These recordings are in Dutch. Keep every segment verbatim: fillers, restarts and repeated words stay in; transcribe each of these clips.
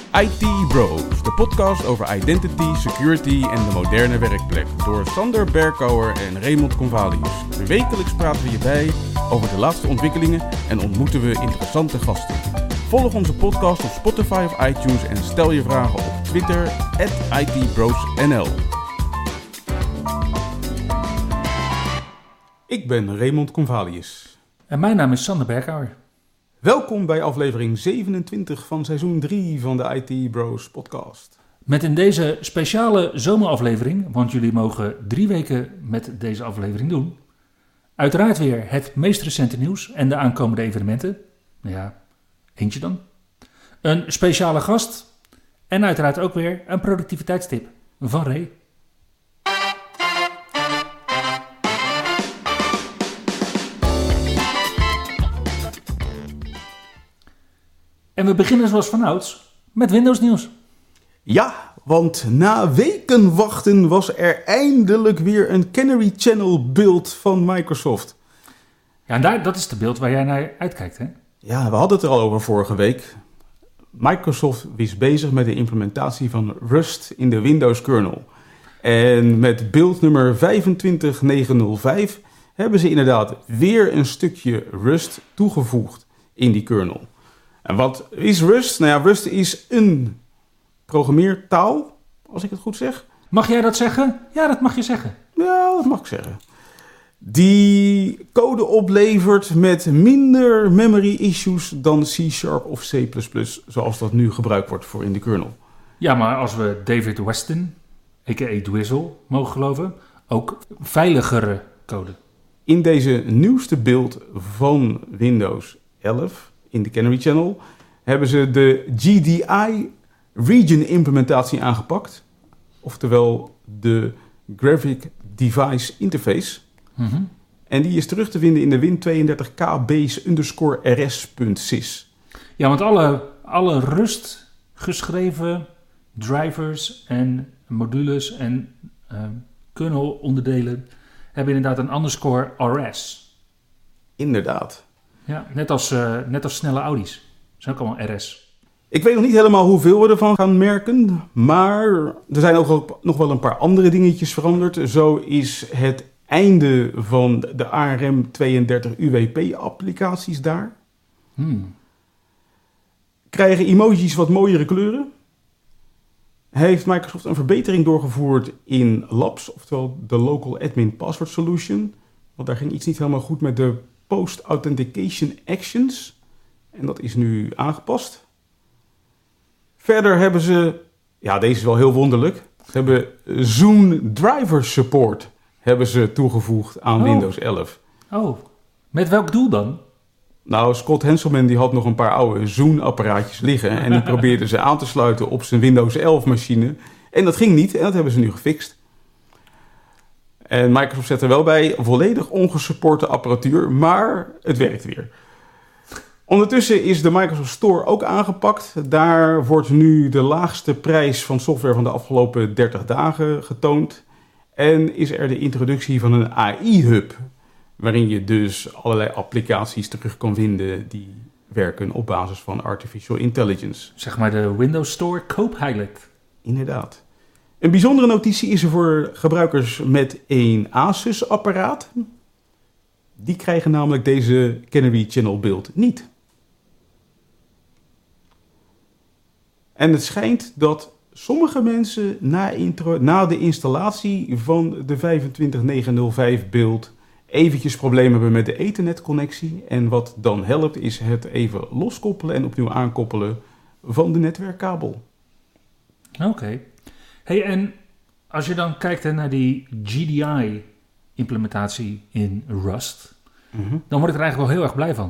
I T Bros, de podcast over identity, security en de moderne werkplek. Door Sander Berkouwer en Raymond Convalius. Wekelijks praten we je bij over de laatste ontwikkelingen en ontmoeten we interessante gasten. Volg onze podcast op Spotify of iTunes en stel je vragen op Twitter at I T Bros N L. Ik ben Raymond Convalius. En mijn naam is Sander Berkouwer. Welkom bij aflevering zevenentwintig van seizoen drie van de I T Bros podcast. Met in deze speciale zomeraflevering, want jullie mogen drie weken met deze aflevering doen. Uiteraard weer het meest recente nieuws en de aankomende evenementen. Nou ja, eentje dan. Een speciale gast en uiteraard ook weer een productiviteitstip van Ray. En we beginnen zoals vanouds met Windows nieuws. Ja, want na weken wachten was er eindelijk weer een Canary Channel build van Microsoft. Ja, en daar, dat is de beeld waar jij naar uitkijkt, hè? Ja, we hadden het er al over vorige week. Microsoft is bezig met de implementatie van Rust in de Windows kernel. En met build nummer vijfentwintig negenhonderdvijf hebben ze inderdaad weer een stukje Rust toegevoegd in die kernel. En wat is Rust? Nou ja, Rust is een programmeertaal, als ik het goed zeg. Mag jij dat zeggen? Ja, dat mag je zeggen. Ja, dat mag ik zeggen. Die code oplevert met minder memory issues dan C-sharp of C plus plus, zoals dat nu gebruikt wordt voor in de kernel. Ja, maar als we David Weston, a k a. Dwizzle, mogen geloven, ook veiligere code. In deze nieuwste build van Windows elf... in de Canary Channel hebben ze de G D I region implementatie aangepakt. Oftewel de Graphic Device Interface. Mm-hmm. En die is terug te vinden in de Win tweeëndertig K base underscore rs.sys. Ja, want alle, alle Rust geschreven drivers en modules en uh, kernel onderdelen hebben inderdaad een underscore rs. Inderdaad. Ja, net als, uh, net als snelle Audi's. Dat zijn ook allemaal R S. Ik weet nog niet helemaal hoeveel we ervan gaan merken. Maar er zijn ook nog wel een paar andere dingetjes veranderd. Zo is het einde van de A R M tweeëndertig U W P applicaties daar. Hmm. Krijgen emojis wat mooiere kleuren. Heeft Microsoft een verbetering doorgevoerd in Labs. Oftewel de Local Admin Password Solution. Want daar ging iets niet helemaal goed met de Post-Authentication Actions. En dat is nu aangepast. Verder hebben ze, ja, deze is wel heel wonderlijk. Ze hebben Zoom Driver Support hebben ze toegevoegd aan Oh. Windows elf. Oh, met welk doel dan? Nou, Scott Henselman die had nog een paar oude Zoom-apparaatjes liggen. En die probeerde ze aan te sluiten op zijn Windows elf machine. En dat ging niet en dat hebben ze nu gefixt. En Microsoft zet er wel bij volledig ongesupporte apparatuur, maar het werkt weer. Ondertussen is de Microsoft Store ook aangepakt. Daar wordt nu de laagste prijs van software van de afgelopen dertig dagen getoond. En is er de introductie van een A I-hub, waarin je dus allerlei applicaties terug kan vinden die werken op basis van artificial intelligence. Zeg maar de Windows Store Copilot. Inderdaad. Een bijzondere notitie is er voor gebruikers met een Asus-apparaat. Die krijgen namelijk deze Canary Channel build niet. En het schijnt dat sommige mensen na, intro, na de installatie van de vijfentwintig negenhonderdvijf build eventjes problemen hebben met de Ethernet-connectie. En wat dan helpt is het even loskoppelen en opnieuw aankoppelen van de netwerkkabel. Oké. Okay. Hey, en als je dan kijkt hè, naar die G D I-implementatie in Rust, mm-hmm. dan word ik er eigenlijk wel heel erg blij van.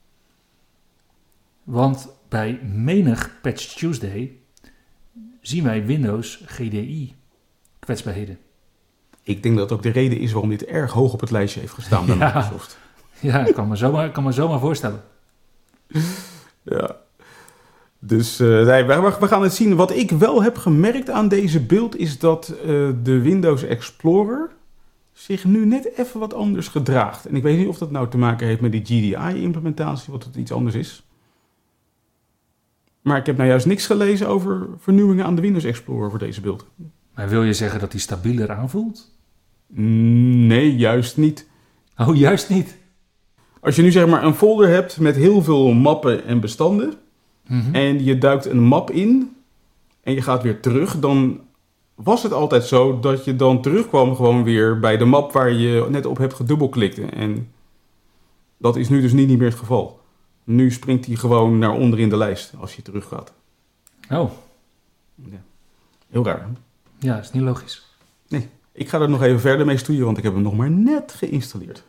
Want bij menig Patch Tuesday zien wij Windows G D I-kwetsbaarheden. Ik denk dat dat ook de reden is waarom dit erg hoog op het lijstje heeft gestaan bij ja. Microsoft. Ja, ik kan me zomaar, kan me zomaar voorstellen. Ja. Dus uh, nee, we, we gaan het zien. Wat ik wel heb gemerkt aan deze build is dat uh, de Windows Explorer zich nu net even wat anders gedraagt. En ik weet niet of dat nou te maken heeft met die G D I-implementatie, wat het iets anders is. Maar ik heb nou juist niks gelezen over vernieuwingen aan de Windows Explorer voor deze build. Maar wil je zeggen dat die stabieler aanvoelt? Nee, juist niet. Oh, juist niet. Als je nu zeg maar een folder hebt met heel veel mappen en bestanden... Mm-hmm. En je duikt een map in en je gaat weer terug... dan was het altijd zo dat je dan terugkwam gewoon weer bij de map... waar je net op hebt gedubbelklikt. En dat is nu dus niet, niet meer het geval. Nu springt hij gewoon naar onder in de lijst als je teruggaat. Oh. Ja. Heel raar. Ja, dat is niet logisch. Nee, ik ga er nog even verder mee stoeien... want ik heb hem nog maar net geïnstalleerd.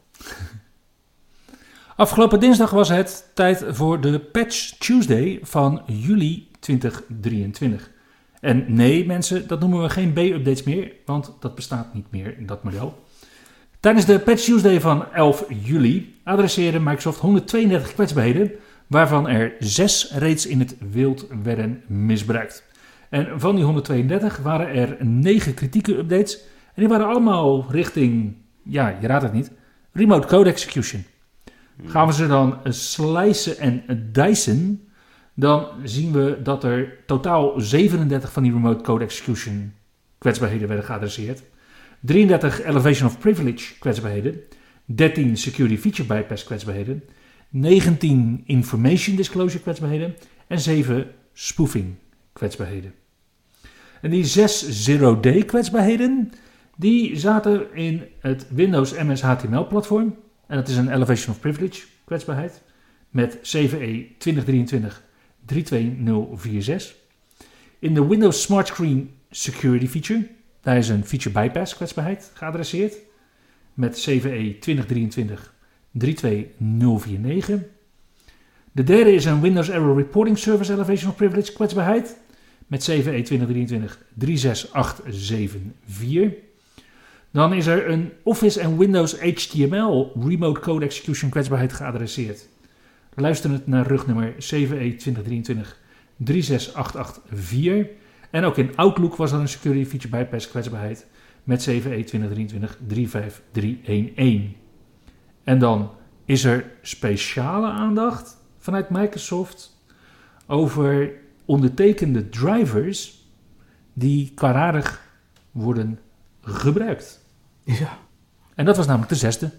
Afgelopen dinsdag was het tijd voor de Patch Tuesday van juli twintig drieëntwintig. En nee mensen, dat noemen we geen B-updates meer, want dat bestaat niet meer in dat model. Tijdens de Patch Tuesday van elf juli adresseerde Microsoft honderdtweeëndertig kwetsbaarheden, waarvan er zes reeds in het wild werden misbruikt. En van die honderdtweeëndertig waren er negen kritieke updates en die waren allemaal richting, ja je raadt het niet, remote code execution. Gaan we ze dan slicen en dicen, dan zien we dat er totaal zevenendertig van die remote code execution kwetsbaarheden werden geadresseerd. drieëndertig elevation of privilege kwetsbaarheden, dertien security feature bypass kwetsbaarheden, negentien information disclosure kwetsbaarheden en zeven spoofing kwetsbaarheden. En die zes zero-day kwetsbaarheden, die zaten in het Windows M S H T M L platform. En dat is een elevation of privilege kwetsbaarheid met C V E twintig drieëntwintig drie twee nul vier zes. In de Windows Smart Screen Security Feature, daar is een feature bypass kwetsbaarheid geadresseerd met C V E twintig drieëntwintig drie twee nul vier negen. De derde is een Windows Error Reporting Service elevation of privilege kwetsbaarheid met C V E twintig drieëntwintig drie zes acht zeven vier. Dan is er een Office en Windows H T M L Remote Code Execution kwetsbaarheid geadresseerd. Luister het naar rugnummer C V E twintig drieëntwintig drie zes acht acht vier. En ook in Outlook was er een Security Feature Bypass kwetsbaarheid met C V E twintig drieëntwintig drie vijf drie een een. En dan is er speciale aandacht vanuit Microsoft over ondertekende drivers die kwaadaardig worden gebruikt. Ja. En dat was namelijk de zesde.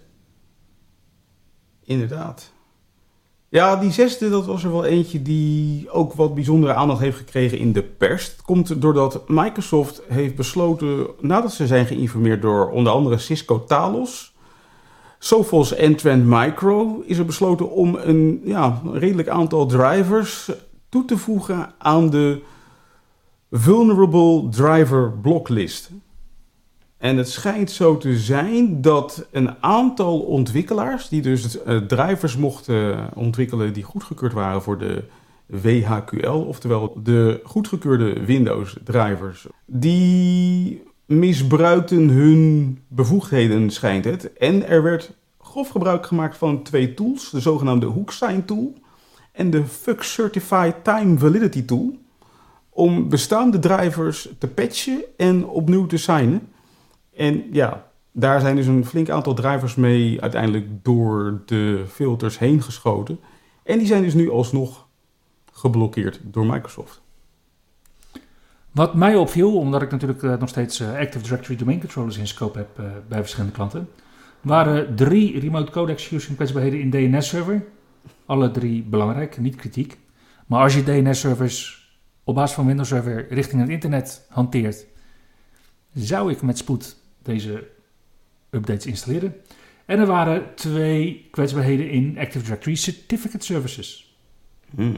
Inderdaad. Ja, die zesde, dat was er wel eentje die ook wat bijzondere aandacht heeft gekregen in de pers. Het komt doordat Microsoft heeft besloten, nadat ze zijn geïnformeerd door onder andere Cisco Talos, Sophos en Trend Micro, is er besloten om een ja, redelijk aantal drivers toe te voegen aan de Vulnerable Driver Blocklist. En het schijnt zo te zijn dat een aantal ontwikkelaars, die dus uh, drivers mochten ontwikkelen die goedgekeurd waren voor de W H Q L, oftewel de goedgekeurde Windows drivers, die misbruikten hun bevoegdheden, schijnt het. En er werd grof gebruik gemaakt van twee tools, de zogenaamde HookSign tool en de Fuck Certified Time Validity tool, om bestaande drivers te patchen en opnieuw te signen. En ja, daar zijn dus een flink aantal drivers mee uiteindelijk door de filters heen geschoten. En die zijn dus nu alsnog geblokkeerd door Microsoft. Wat mij opviel, omdat ik natuurlijk uh, nog steeds uh, Active Directory Domain Controllers in scope heb uh, bij verschillende klanten, waren drie remote code execution kwetsbaarheden in D N S-server. Alle drie belangrijk, niet kritiek. Maar als je D N S-servers op basis van Windows Server richting het internet hanteert, zou ik met spoed deze updates installeren. En er waren twee kwetsbaarheden in Active Directory Certificate Services. Hmm.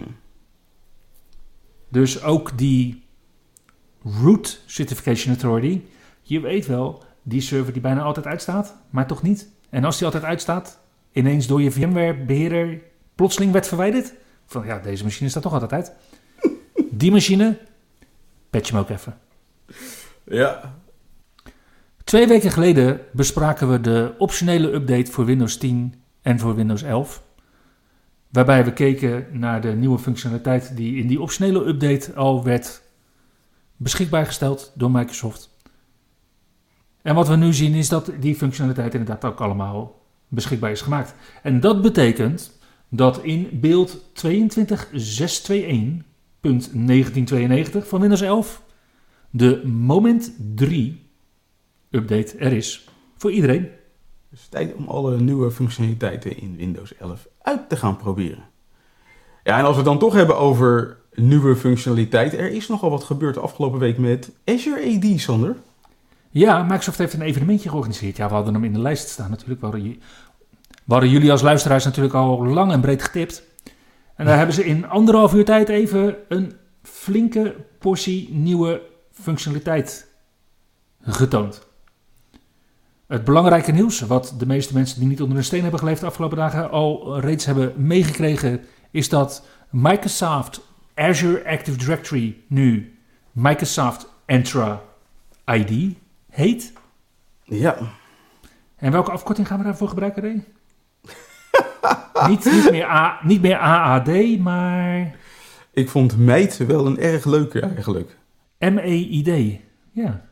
Dus ook die Root Certification Authority, je weet wel, die server die bijna altijd uitstaat, maar toch niet. En als die altijd uitstaat, ineens door je VMware-beheerder plotseling werd verwijderd. Van ja, deze machine staat toch altijd uit. Die machine, patch hem ook even. Ja. Twee weken geleden bespraken we de optionele update voor Windows tien en voor Windows elf. Waarbij we keken naar de nieuwe functionaliteit die in die optionele update al werd beschikbaar gesteld door Microsoft. En wat we nu zien is dat die functionaliteit inderdaad ook allemaal beschikbaar is gemaakt. En dat betekent dat in beeld tweeëntwintig zes twee een punt negentienhonderdtweeënnegentig van Windows elf. De Moment drie update er is voor iedereen. Dus tijd om alle nieuwe functionaliteiten in Windows elf uit te gaan proberen. Ja, en als we het dan toch hebben over nieuwe functionaliteit. Er is nogal wat gebeurd de afgelopen week met Azure A D, Sander. Ja, Microsoft heeft een evenementje georganiseerd. Ja, we hadden hem in de lijst staan natuurlijk. We hadden, we hadden jullie als luisteraars natuurlijk al lang en breed getipt. En daar hebben ze in anderhalf uur tijd even een flinke portie nieuwe functionaliteit getoond. Het belangrijke nieuws, wat de meeste mensen die niet onder een steen hebben geleefd de afgelopen dagen al reeds hebben meegekregen, is dat Microsoft Azure Active Directory nu Microsoft Entra I D heet. Ja. En welke afkorting gaan we daarvoor gebruiken, Ray? niet, niet, meer A, niet meer A A D, maar... Ik vond meid wel een erg leuke eigenlijk. M E I D, ja.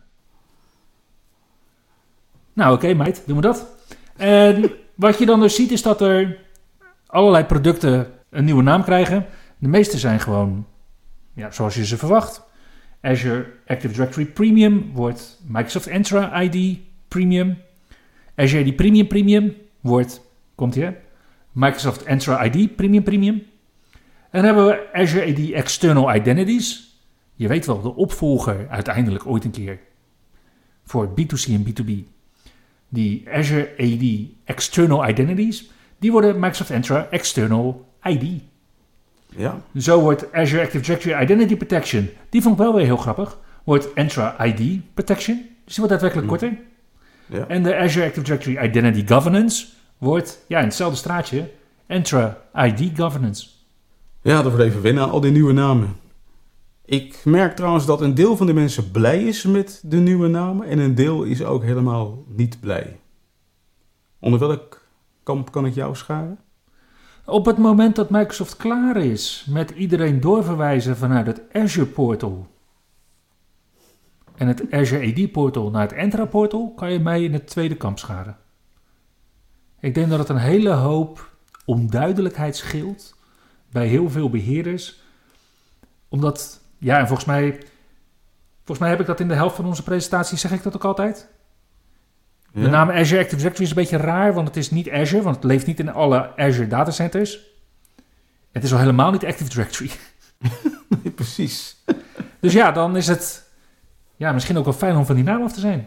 Nou oké, okay, meid, doen we dat. En wat je dan dus ziet is dat er allerlei producten een nieuwe naam krijgen. De meeste zijn gewoon, ja, zoals je ze verwacht. Azure Active Directory Premium wordt Microsoft Entra I D Premium. Azure A D Premium Premium wordt, komt hier, Microsoft Entra I D Premium Premium. En dan hebben we Azure A D External Identities. Je weet wel, de opvolger uiteindelijk ooit een keer voor B twee C en B twee B. Die Azure A D External Identities, die worden Microsoft Entra External I D. Ja. Zo wordt Azure Active Directory Identity Protection, die vond ik wel weer heel grappig, wordt Entra I D Protection. Dus die wordt daadwerkelijk korter. Ja. En de Azure Active Directory Identity Governance wordt, ja, in hetzelfde straatje, Entra I D Governance. Ja, dat wordt even wennen aan al die nieuwe namen. Ik merk trouwens dat een deel van de mensen blij is met de nieuwe namen en een deel is ook helemaal niet blij. Onder welk kamp kan ik jou scharen? Op het moment dat Microsoft klaar is met iedereen doorverwijzen vanuit het Azure Portal en het Azure A D Portal naar het Entra Portal, kan je mij in het tweede kamp scharen. Ik denk dat het een hele hoop onduidelijkheid scheelt bij heel veel beheerders, omdat... Ja, en volgens mij, volgens mij heb ik dat in de helft van onze presentatie, zeg ik dat ook altijd. Ja. De naam Azure Active Directory is een beetje raar, want het is niet Azure, want het leeft niet in alle Azure datacenters. Het is al helemaal niet Active Directory. Nee, precies. Dus ja, dan is het ja, misschien ook wel fijn om van die naam af te zijn.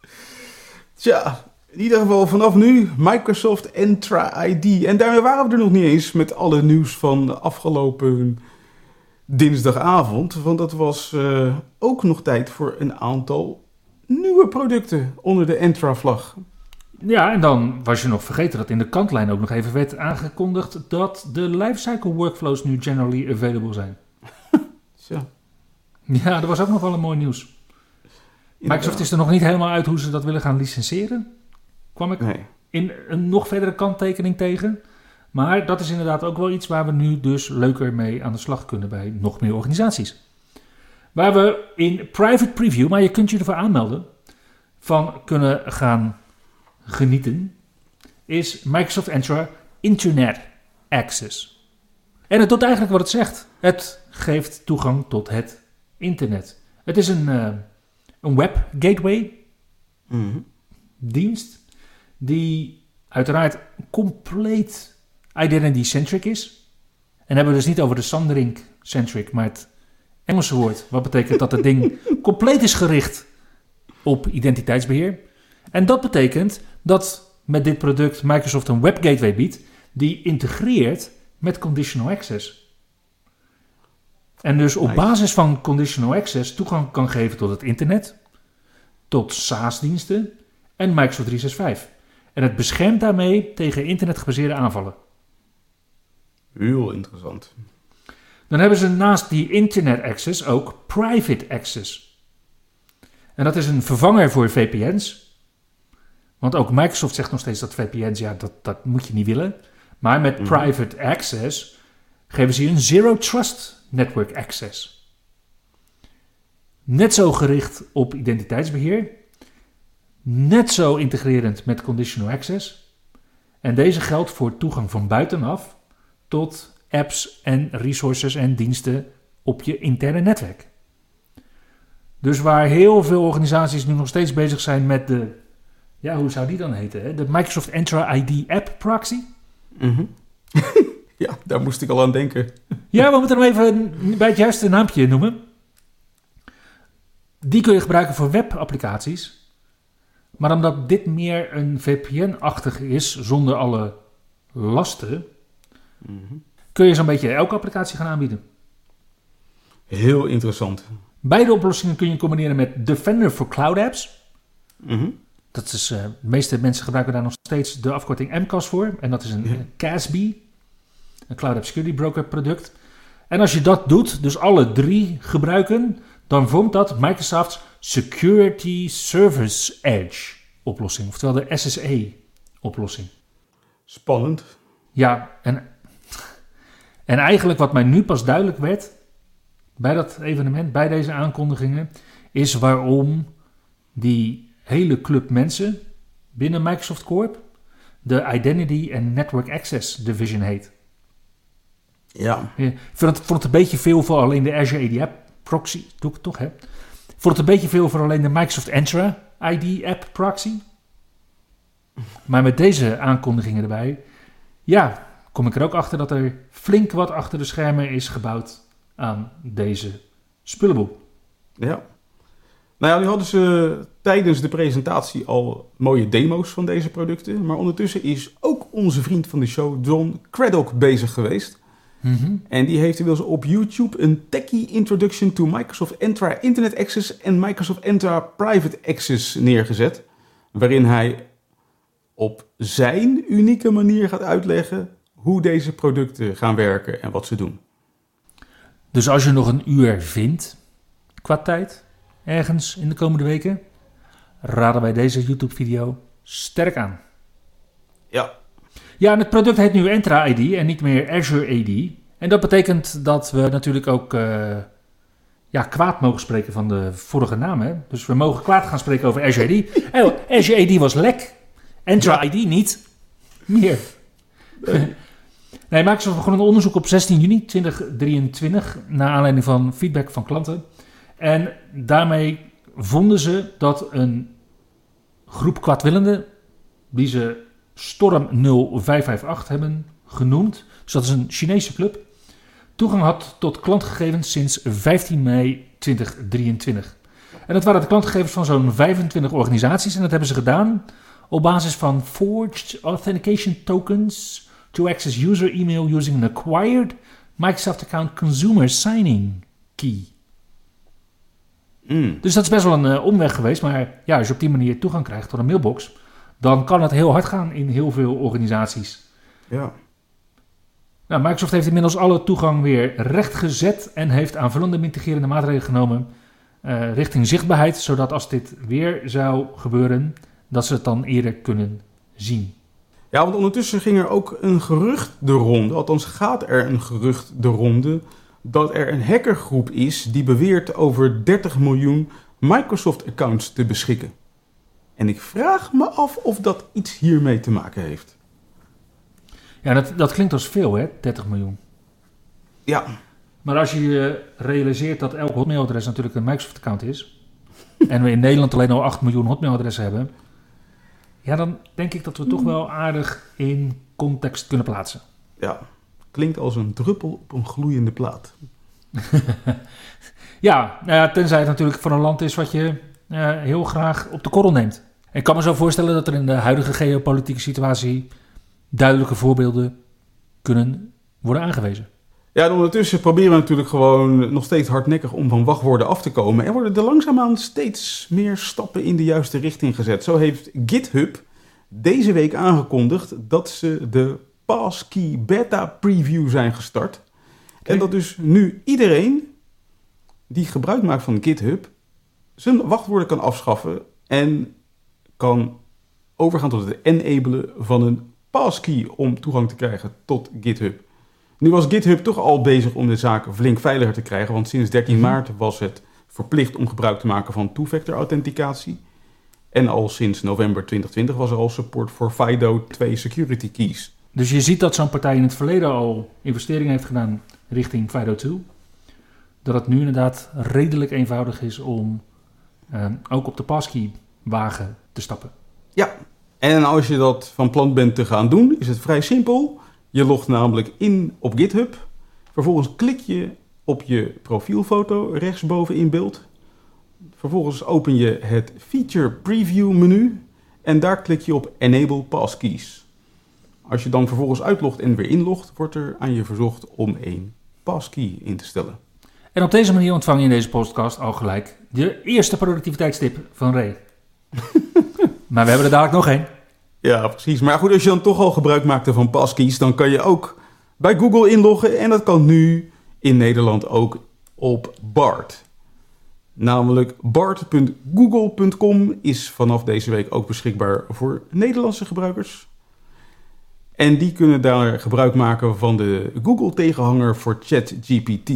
Tja, in ieder geval vanaf nu Microsoft Entra I D. En daarmee waren we er nog niet eens met alle nieuws van de afgelopen dinsdagavond, want dat was uh, ook nog tijd voor een aantal nieuwe producten onder de Entra-vlag. Ja, en dan was je nog vergeten dat in de kantlijn ook nog even werd aangekondigd dat de lifecycle workflows nu generally available zijn. Zo. Ja, dat was ook nog wel een mooi nieuws. Microsoft is er nog niet helemaal uit hoe ze dat willen gaan licenseren. Kwam ik nee. in een nog verdere kanttekening tegen. Maar dat is inderdaad ook wel iets waar we nu dus leuker mee aan de slag kunnen bij nog meer organisaties. Waar we in private preview, maar je kunt je ervoor aanmelden, van kunnen gaan genieten, is Microsoft Entra Internet Access. En het doet eigenlijk wat het zegt. Het geeft toegang tot het internet. Het is een, uh, een web gateway mm-hmm. dienst die uiteraard compleet identity-centric is. En hebben we dus niet over de Sanderink-centric, maar het Engelse woord. Wat betekent dat het ding compleet is gericht op identiteitsbeheer. En dat betekent dat met dit product Microsoft een web gateway biedt die integreert met conditional access. En dus op basis van conditional access toegang kan geven tot het internet, tot SaaS-diensten en Microsoft driehonderdzesenzestig. En het beschermt daarmee tegen internetgebaseerde aanvallen. Heel interessant. Dan hebben ze naast die internet access ook private access. En dat is een vervanger voor V P N's. Want ook Microsoft zegt nog steeds dat V P N's, ja, dat, dat moet je niet willen. Maar met mm-hmm. private access geven ze je een zero trust network access. Net zo gericht op identiteitsbeheer. Net zo integrerend met conditional access. En deze geldt voor toegang van buitenaf tot apps en resources en diensten op je interne netwerk. Dus waar heel veel organisaties nu nog steeds bezig zijn met de, ja, hoe zou die dan heten? Hè? De Microsoft Entra I D App Proxy. Mm-hmm. Ja, daar moest ik al aan denken. Ja, we moeten hem even bij het juiste naampje noemen. Die kun je gebruiken voor webapplicaties. Maar omdat dit meer een V P N-achtig is, zonder alle lasten, mm-hmm. kun je zo'n beetje elke applicatie gaan aanbieden. Heel interessant. Beide oplossingen kun je combineren met Defender for Cloud Apps. Mm-hmm. Dat is, uh, de meeste mensen gebruiken daar nog steeds de afkorting M C A S voor. En dat is een, ja. een C A S B, een Cloud App Security Broker product. En als je dat doet, dus alle drie gebruiken, dan vormt dat Microsoft's Security Service Edge oplossing. Oftewel de S S E oplossing. Spannend. Ja, en, en eigenlijk wat mij nu pas duidelijk werd bij dat evenement, bij deze aankondigingen, is waarom die hele club mensen binnen Microsoft Corp de Identity and Network Access Division heet. Ja. Ik vond het, vond het een beetje veel voor alleen de Azure A D App Proxy. Doe ik het toch, hè? Ik vond het een beetje veel voor alleen de Microsoft Entra I D App Proxy. Maar met deze aankondigingen erbij, ja, kom ik er ook achter dat er flink wat achter de schermen is gebouwd aan deze spullenboel. Ja. Nou ja, nu hadden ze tijdens de presentatie al mooie demo's van deze producten. Maar ondertussen is ook onze vriend van de show, John Craddock, bezig geweest. Mm-hmm. En die heeft inmiddels op YouTube een Techie Introduction to Microsoft Entra Internet Access en Microsoft Entra Private Access neergezet. Waarin hij op zijn unieke manier gaat uitleggen hoe deze producten gaan werken en wat ze doen. Dus als je nog een uur vindt qua tijd, ergens in de komende weken, raden wij deze YouTube-video sterk aan. Ja. Ja, en het product heet nu Entra I D en niet meer Azure A D. En dat betekent dat we natuurlijk ook uh, ja, kwaad mogen spreken van de vorige naam. Hè? Dus we mogen kwaad gaan spreken over Azure A D. Oh, Azure A D was lek. Entra ja. I D niet. Meer. Nee. Nee, Microsoft begon een onderzoek op zestien juni tweeduizend drieëntwintig... naar aanleiding van feedback van klanten. En daarmee vonden ze dat een groep kwaadwillenden, die ze Storm nul vijf vijf acht hebben genoemd, dus dat is een Chinese club, toegang had tot klantgegevens sinds vijftien mei tweeduizend drieëntwintig. En dat waren de klantgegevens van zo'n vijfentwintig organisaties en dat hebben ze gedaan op basis van forged authentication tokens to access user email using an acquired Microsoft account consumer signing key. Mm. Dus dat is best wel een uh, omweg geweest, maar ja, als je op die manier toegang krijgt tot een mailbox, dan kan het heel hard gaan in heel veel organisaties. Ja. Nou, Microsoft heeft inmiddels alle toegang weer rechtgezet en heeft aanvullende mitigerende maatregelen genomen uh, richting zichtbaarheid, zodat als dit weer zou gebeuren, dat ze het dan eerder kunnen zien. Ja, want ondertussen ging er ook een gerucht de ronde, althans gaat er een gerucht de ronde, dat er een hackergroep is die beweert over dertig miljoen Microsoft-accounts te beschikken. En ik vraag me af of dat iets hiermee te maken heeft. Ja, dat, dat klinkt als veel, hè? dertig miljoen. Ja. Maar als je je realiseert dat elk hotmailadres natuurlijk een Microsoft-account is, en we in Nederland alleen al acht miljoen hotmailadressen hebben, ja, dan denk ik dat we toch wel aardig in context kunnen plaatsen. Ja, klinkt als een druppel op een gloeiende plaat. Ja, nou ja, tenzij het natuurlijk van een land is wat je uh, heel graag op de korrel neemt. En ik kan me zo voorstellen dat er in de huidige geopolitieke situatie duidelijke voorbeelden kunnen worden aangewezen. Ja, en ondertussen proberen we natuurlijk gewoon nog steeds hardnekkig om van wachtwoorden af te komen. En worden er langzaamaan steeds meer stappen in de juiste richting gezet. Zo heeft GitHub deze week aangekondigd dat ze de Passkey Beta Preview zijn gestart. Okay. En dat dus nu iedereen die gebruik maakt van GitHub zijn wachtwoorden kan afschaffen en kan overgaan tot het enabelen van een passkey om toegang te krijgen tot GitHub. Nu was GitHub toch al bezig om de zaak flink veiliger te krijgen, want sinds dertien maart was het verplicht om gebruik te maken van two-factor authenticatie. En al sinds november twintig twintig was er al support voor FIDO twee security keys. Dus je ziet dat zo'n partij in het verleden al investeringen heeft gedaan richting FIDO twee. dat het nu inderdaad redelijk eenvoudig is om uh, ook op de passkey-wagen te stappen. Ja, en als je dat van plan bent te gaan doen, is het vrij simpel. Je logt namelijk in op GitHub. Vervolgens klik je op je profielfoto rechtsboven in beeld. Vervolgens open je het Feature Preview menu en daar klik je op Enable Passkeys. Als je dan vervolgens uitlogt en weer inlogt, wordt er aan je verzocht om een passkey in te stellen. En op deze manier ontvang je in deze podcast al gelijk de eerste productiviteitstip van Ray. Maar we hebben er dadelijk nog één. Ja, precies. Maar goed, als je dan toch al gebruik maakte van passkeys, dan kan je ook bij Google inloggen. En dat kan nu in Nederland ook op Bard. Namelijk bard punt google punt com is vanaf deze week ook beschikbaar voor Nederlandse gebruikers. En die kunnen daar gebruik maken van de Google-tegenhanger voor ChatGPT.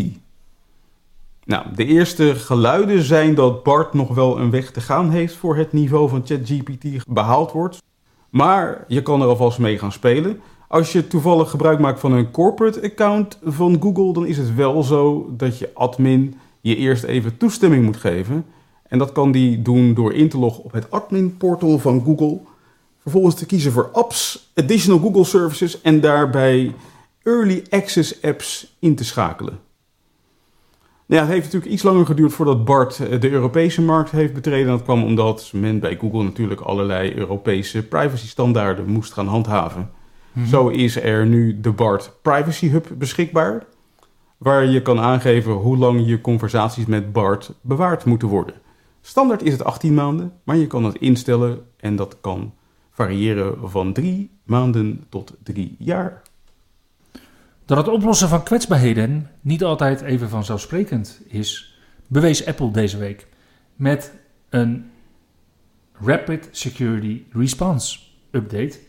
Nou, de eerste geluiden zijn dat Bard nog wel een weg te gaan heeft voor het niveau van ChatGPT behaald wordt. Maar je kan er alvast mee gaan spelen. Als je toevallig gebruik maakt van een corporate account van Google, dan is het wel zo dat je admin je eerst even toestemming moet geven. En dat kan die doen door in te loggen op het admin portal van Google. Vervolgens te kiezen voor apps, additional Google services en daarbij early access apps in te schakelen. Nou ja, het heeft natuurlijk iets langer geduurd voordat Bard de Europese markt heeft betreden. Dat kwam omdat men bij Google natuurlijk allerlei Europese privacy-standaarden moest gaan handhaven. Mm-hmm. Zo is er nu de Bard Privacy Hub beschikbaar, waar je kan aangeven hoe lang je conversaties met Bard bewaard moeten worden. Standaard is het achttien maanden, maar je kan het instellen en dat kan variëren van drie maanden tot drie jaar. Dat het oplossen van kwetsbaarheden niet altijd even vanzelfsprekend is, bewees Apple deze week met een Rapid Security Response Update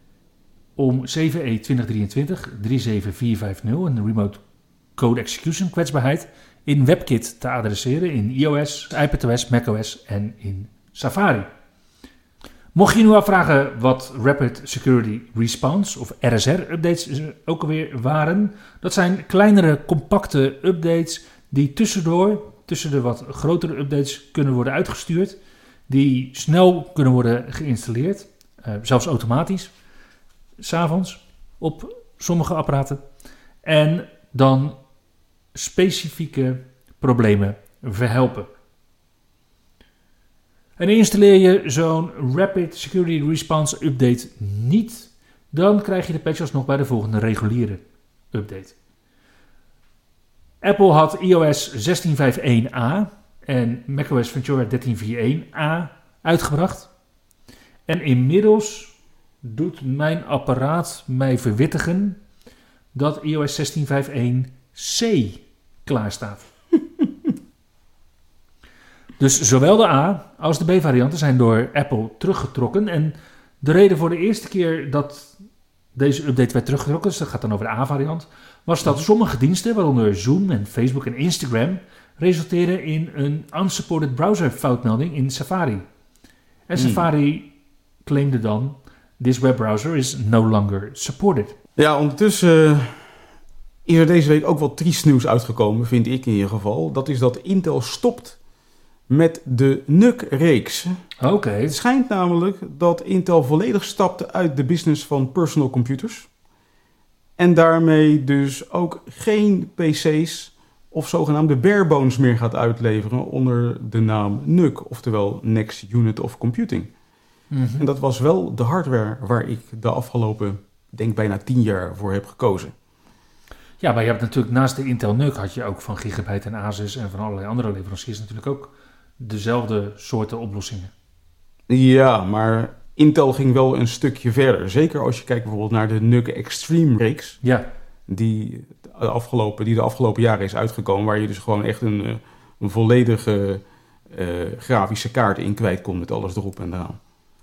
om zeven E twintig drieëntwintig drie zeven vier vijf nul, een remote code execution kwetsbaarheid, in WebKit te adresseren in iOS, iPadOS, macOS en in Safari. Mocht je nu afvragen wat Rapid Security Response of R S R-updates ook alweer waren, dat zijn kleinere, compacte updates die tussendoor, tussen de wat grotere updates kunnen worden uitgestuurd, die snel kunnen worden geïnstalleerd, uh, zelfs automatisch, 's avonds op sommige apparaten, en dan specifieke problemen verhelpen. En installeer je zo'n Rapid Security Response Update niet, dan krijg je de patch alsnog bij de volgende reguliere update. Apple had iOS zestien punt vijf punt één a en macOS Ventura dertien punt vier punt één a uitgebracht. En inmiddels doet mijn apparaat mij verwittigen dat iOS zestien punt vijf punt één c klaar staat. Dus zowel de A als de B-varianten zijn door Apple teruggetrokken. En de reden voor de eerste keer dat deze update werd teruggetrokken, dus dat gaat dan over de A-variant, was dat sommige diensten, waaronder Zoom en Facebook en Instagram, resulteren in een unsupported browser foutmelding in Safari. En Safari claimde dan, this webbrowser is no longer supported. Ja, ondertussen uh, is er deze week ook wat triest nieuws uitgekomen, vind ik in ieder geval. Dat is dat Intel stopt met de N U C-reeks. Oké. Okay. Het schijnt namelijk dat Intel volledig stapte uit de business van personal computers. En daarmee dus ook geen P C's of zogenaamde barebones meer gaat uitleveren onder de naam N U C, oftewel Next Unit of Computing. Mm-hmm. En dat was wel de hardware waar ik de afgelopen, denk bijna tien jaar voor heb gekozen. Ja, maar je hebt natuurlijk naast de Intel N U C had je ook van Gigabyte en Asus en van allerlei andere leveranciers natuurlijk ook dezelfde soorten oplossingen. Ja, maar Intel ging wel een stukje verder. Zeker als je kijkt bijvoorbeeld naar de N U C Extreme-reeks. Ja. Die de, afgelopen, die de afgelopen jaren is uitgekomen. Waar je dus gewoon echt een, een volledige uh, grafische kaart in kwijt kon met alles erop en eraan.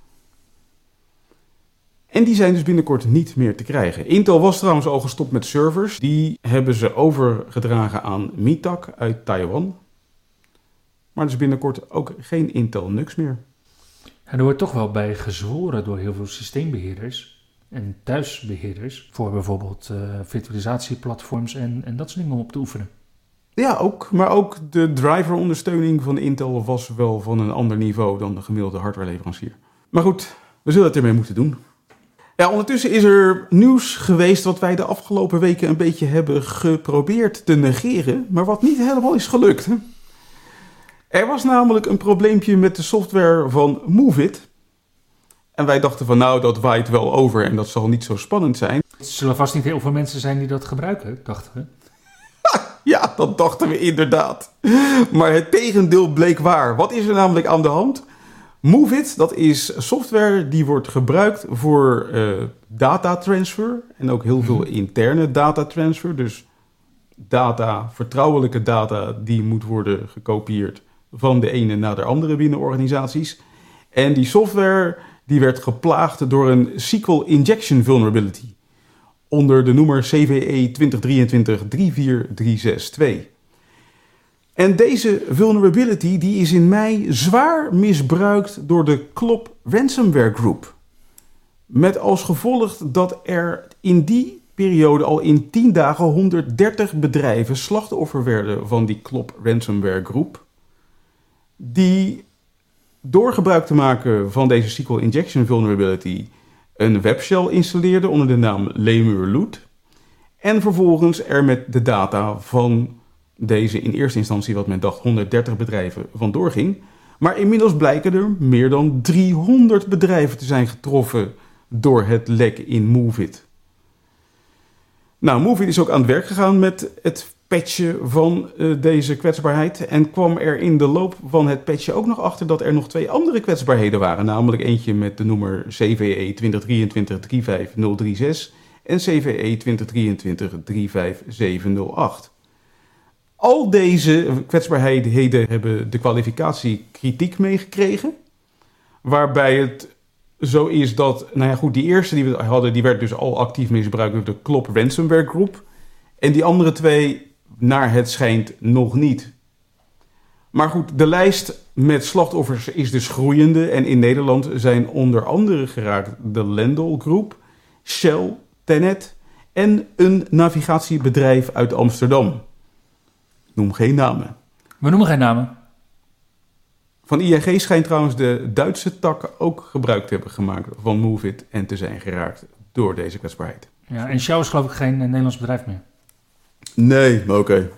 En die zijn dus binnenkort niet meer te krijgen. Intel was trouwens al gestopt met servers. Die hebben ze overgedragen aan Mitak uit Taiwan. Maar dus binnenkort ook geen Intel N U C's meer. En er wordt toch wel bij gezworen door heel veel systeembeheerders en thuisbeheerders voor bijvoorbeeld uh, virtualisatieplatforms en, en dat soort dingen om op te oefenen. Ja, ook. Maar ook de driverondersteuning van Intel was wel van een ander niveau dan de gemiddelde hardwareleverancier. Maar goed, we zullen het ermee moeten doen. Ja, ondertussen is er nieuws geweest wat wij de afgelopen weken een beetje hebben geprobeerd te negeren, maar wat niet helemaal is gelukt. Er was namelijk een probleempje met de software van Moovit. En wij dachten van nou, dat waait wel over en dat zal niet zo spannend zijn. Er zullen vast niet heel veel mensen zijn die dat gebruiken, dachten we. Ja, dat dachten we inderdaad. Maar het tegendeel bleek waar. Wat is er namelijk aan de hand? Moovit, dat is software die wordt gebruikt voor uh, datatransfer. En ook heel veel interne datatransfer. Dus data, vertrouwelijke data, die moet worden gekopieerd van de ene naar de andere binnen organisaties. En die software die werd geplaagd door een S Q L injection vulnerability. Onder de noemer C V E twintig drieëntwintig drie vier drie zes twee. En deze vulnerability die is in mei zwaar misbruikt door de Klop Ransomware Group. Met als gevolg dat er in die periode al in tien dagen honderddertig bedrijven slachtoffer werden van die Klop Ransomware Group. Die door gebruik te maken van deze S Q L injection vulnerability een webshell installeerde onder de naam Lemurloot. En vervolgens er met de data van deze in eerste instantie, wat men dacht, honderddertig bedrijven vandoor ging. Maar inmiddels blijken er meer dan driehonderd bedrijven te zijn getroffen door het lek in Moovit. Nou, Moovit is ook aan het werk gegaan met het patchen van uh, deze kwetsbaarheid. En kwam er in de loop van het patchen ook nog achter dat er nog twee andere kwetsbaarheden waren. Namelijk eentje met de noemer C V E twintig drieëntwintig drie vijf nul drie zes en C V E twintig drieëntwintig drie vijf zeven nul acht. Al deze kwetsbaarheden hebben de kwalificatie kritiek meegekregen. Waarbij het zo is dat, nou ja goed, die eerste die we hadden, die werd dus al actief misbruikt door de Klop Ransomware Group. En die andere twee, naar het schijnt, nog niet. Maar goed, de lijst met slachtoffers is dus groeiende. En in Nederland zijn onder andere geraakt de Lendl Groep, Shell, Tenet en een navigatiebedrijf uit Amsterdam. Noem geen namen. We noemen geen namen. Van I N G schijnt trouwens de Duitse tak ook gebruik te hebben gemaakt van Moovit en te zijn geraakt door deze kwetsbaarheid. Ja, en Shell is geloof ik geen uh, Nederlands bedrijf meer. Nee, maar oké.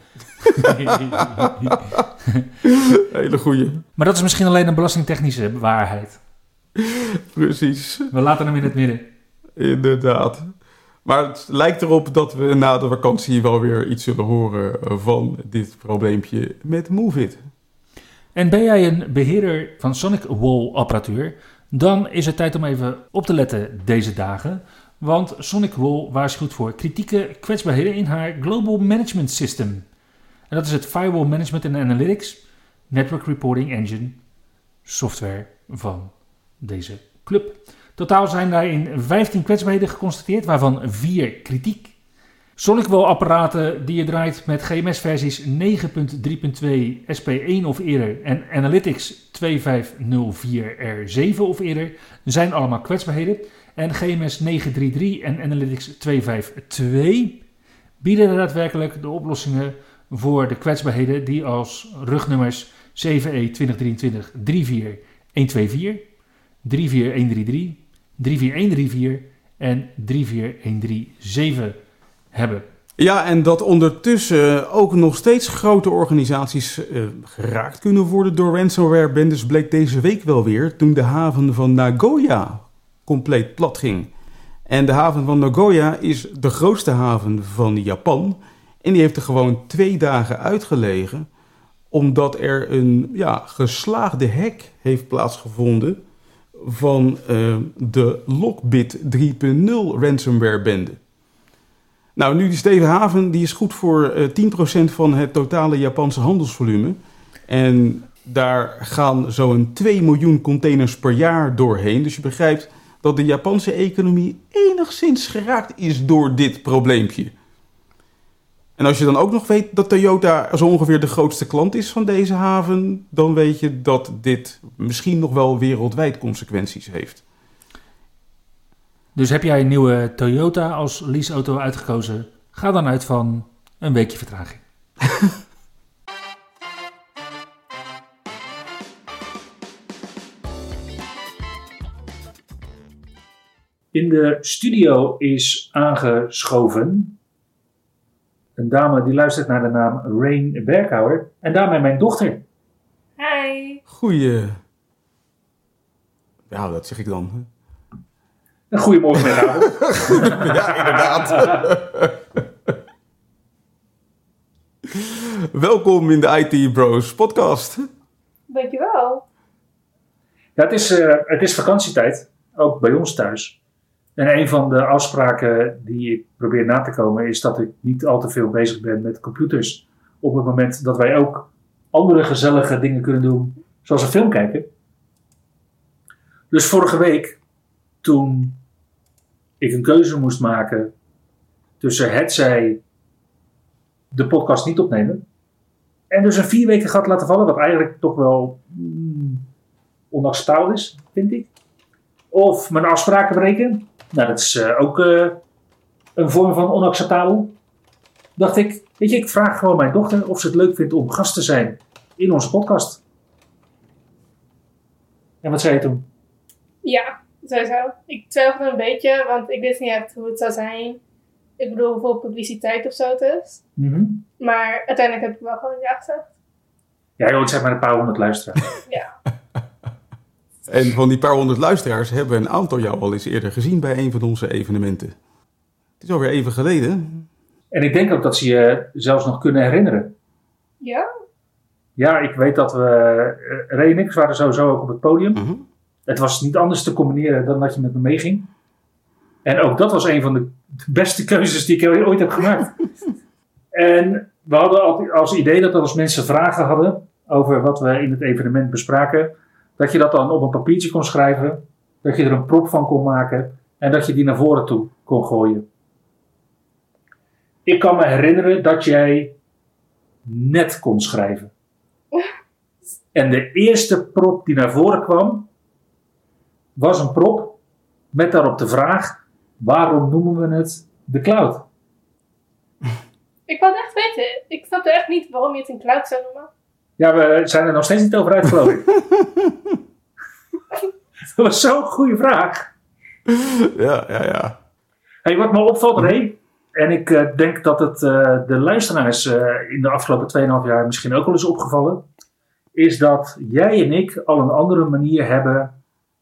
Okay. Hele goeie. Maar dat is misschien alleen een belastingtechnische waarheid. Precies. We laten hem in het midden. Inderdaad. Maar het lijkt erop dat we na de vakantie wel weer iets zullen horen van dit probleempje met Moovit. En ben jij een beheerder van SonicWall apparatuur, dan is het tijd om even op te letten deze dagen. Want SonicWall waarschuwt voor kritieke kwetsbaarheden in haar Global Management System. En dat is het Firewall Management and Analytics Network Reporting Engine software van deze club. Totaal zijn daarin vijftien kwetsbaarheden geconstateerd, waarvan vier kritiek. SonicWall-apparaten die je draait met G M S-versies negen punt drie punt twee S P één of eerder en Analytics twee vijf nul vier R zeven of eerder zijn allemaal kwetsbaarheden. En G M S negen drie drie en Analytics twee vijf twee bieden daadwerkelijk de oplossingen voor de kwetsbaarheden die als rugnummers C V E twintig drieëntwintig drie vier een twee vier, drie vier een drie drie, drie vier een drie vier en drie vier een drie zeven hebben. Ja, en dat ondertussen ook nog steeds grote organisaties uh, geraakt kunnen worden door ransomware-bendes bleek deze week wel weer toen de haven van Nagoya compleet plat ging. En de haven van Nagoya is de grootste haven van Japan en die heeft er gewoon twee dagen uitgelegen omdat er een ja, geslaagde hack heeft plaatsgevonden van uh, de Lockbit drie punt nul ransomware-bende. Nou, nu die Steven Haven, die is goed voor uh, tien procent van het totale Japanse handelsvolume. En daar gaan zo'n twee miljoen containers per jaar doorheen. Dus je begrijpt dat de Japanse economie enigszins geraakt is door dit probleempje. En als je dan ook nog weet dat Toyota zo ongeveer de grootste klant is van deze haven, dan weet je dat dit misschien nog wel wereldwijd consequenties heeft. Dus heb jij een nieuwe Toyota als leaseauto uitgekozen? Ga dan uit van een weekje vertraging. In de studio is aangeschoven een dame die luistert naar de naam Rain Berkhouwer. En daarmee mijn dochter. Hi. Goeie. Ja, dat zeg ik dan. Een goeiemorgen met avond. Ja, inderdaad. Welkom in de I T Bros podcast. Dankjewel. Ja, het is, uh, het is vakantietijd, ook bij ons thuis. En een van de afspraken die ik probeer na te komen is dat ik niet al te veel bezig ben met computers. Op het moment dat wij ook andere gezellige dingen kunnen doen, zoals een film kijken. Dus vorige week, toen ik een keuze moest maken tussen hetzij de podcast niet opnemen en dus een vier weken gat laten vallen, wat eigenlijk toch wel mm, onacceptabel is, vind ik. Of mijn afspraken breken. Nou, dat is uh, ook uh, een vorm van onacceptabel. Dacht ik, weet je, ik vraag gewoon mijn dochter of ze het leuk vindt om gast te zijn in onze podcast. En wat zei je toen? Ja, sowieso. Ik twijfelde een beetje, want ik wist niet echt hoe het zou zijn. Ik bedoel, hoeveel publiciteit of zo het is. Mm-hmm. Maar uiteindelijk heb ik wel gewoon ja gezegd. Ja, joh, het zijn maar een paar honderd luisteraars. Ja. En van die paar honderd luisteraars hebben een aantal jou al eens eerder gezien bij een van onze evenementen. Het is alweer even geleden. En ik denk ook dat ze je zelfs nog kunnen herinneren. Ja? Ja, ik weet dat we... Uh, Ray en ik waren sowieso ook op het podium. Uh-huh. Het was niet anders te combineren dan dat je met me meeging. En ook dat was een van de beste keuzes die ik ooit heb gemaakt. En we hadden als idee dat als mensen vragen hadden over wat we in het evenement bespraken, dat je dat dan op een papiertje kon schrijven, dat je er een prop van kon maken en dat je die naar voren toe kon gooien. Ik kan me herinneren dat jij net kon schrijven. En de eerste prop die naar voren kwam, was een prop met daarop de vraag: waarom noemen we het de cloud? Ik wou het echt weten. Ik snapte echt niet waarom je het een cloud zou noemen. Ja, we zijn er nog steeds niet over uit, geloof ik. Dat was zo'n goede vraag. Ja, ja, ja. Hey, wat me opvalt, Ray, en ik uh, denk dat het uh, de luisteraars uh, in de afgelopen twee komma vijf jaar misschien ook wel is opgevallen, is dat jij en ik al een andere manier hebben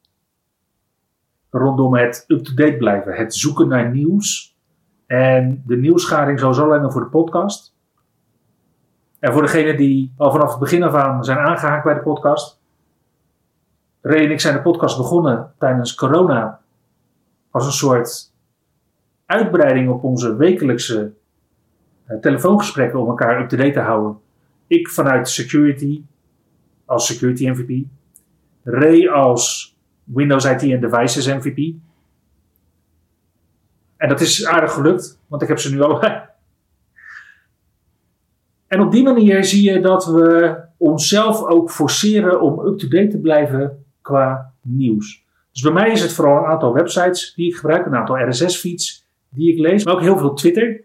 rondom het up-to-date blijven. Het zoeken naar nieuws. En de nieuwsgaring sowieso alleen maar voor de podcast. En voor degenen die al vanaf het begin af aan zijn aangehaakt bij de podcast. Ray en ik zijn de podcast begonnen tijdens corona. Als een soort uitbreiding op onze wekelijkse uh, telefoongesprekken om elkaar up-to-date te houden. Ik vanuit security, als security M V P. Ray als Windows I T en Devices M V P. En dat is aardig gelukt, want ik heb ze nu allebei. En op die manier zie je dat we onszelf ook forceren om up-to-date te blijven qua nieuws. Dus bij mij is het vooral een aantal websites die ik gebruik, een aantal R S S-feeds die ik lees, maar ook heel veel Twitter.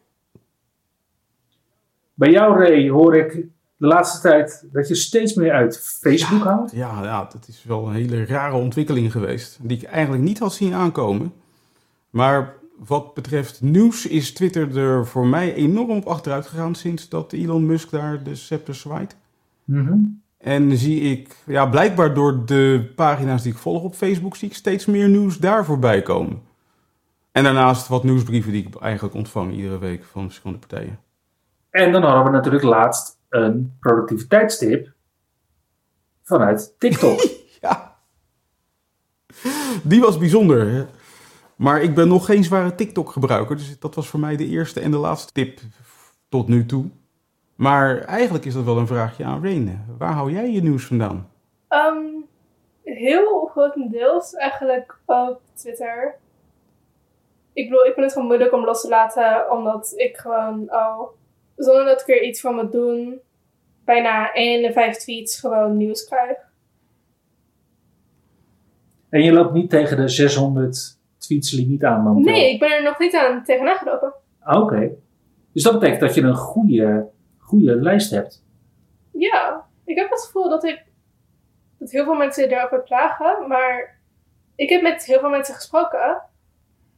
Bij jou, Ray, hoor ik de laatste tijd dat je steeds meer uit Facebook ja, houdt. Ja, ja, dat is wel een hele rare ontwikkeling geweest, die ik eigenlijk niet had zien aankomen. Maar wat betreft nieuws is Twitter er voor mij enorm op achteruit gegaan sinds dat Elon Musk daar de scepter zwaait. Mm-hmm. En zie ik, ja, blijkbaar door de pagina's die ik volg op Facebook, zie ik steeds meer nieuws daar voorbij komen. En daarnaast wat nieuwsbrieven die ik eigenlijk ontvang iedere week van verschillende partijen. En dan hadden we natuurlijk laatst een productiviteitstip vanuit TikTok. Ja, die was bijzonder, hè? Maar ik ben nog geen zware TikTok-gebruiker, dus dat was voor mij de eerste en de laatste tip tot nu toe. Maar eigenlijk is dat wel een vraagje aan Rain. Waar hou jij je nieuws vandaan? Um, heel grotendeels eigenlijk op Twitter. Ik bedoel, ik vind het gewoon moeilijk om los te laten, omdat ik gewoon al, zonder dat ik er iets van moet doen, bijna één in de vijf tweets gewoon nieuws krijg. En je loopt niet tegen de zeshonderd tweets limiet aan momenteel? Nee, ik ben er nog niet aan tegenaan gelopen. Ah, oké. Okay. Dus dat betekent dat je een goede, goede lijst hebt. Ja, ik heb het gevoel dat ik dat heel veel mensen daarover klagen, maar ik heb met heel veel mensen gesproken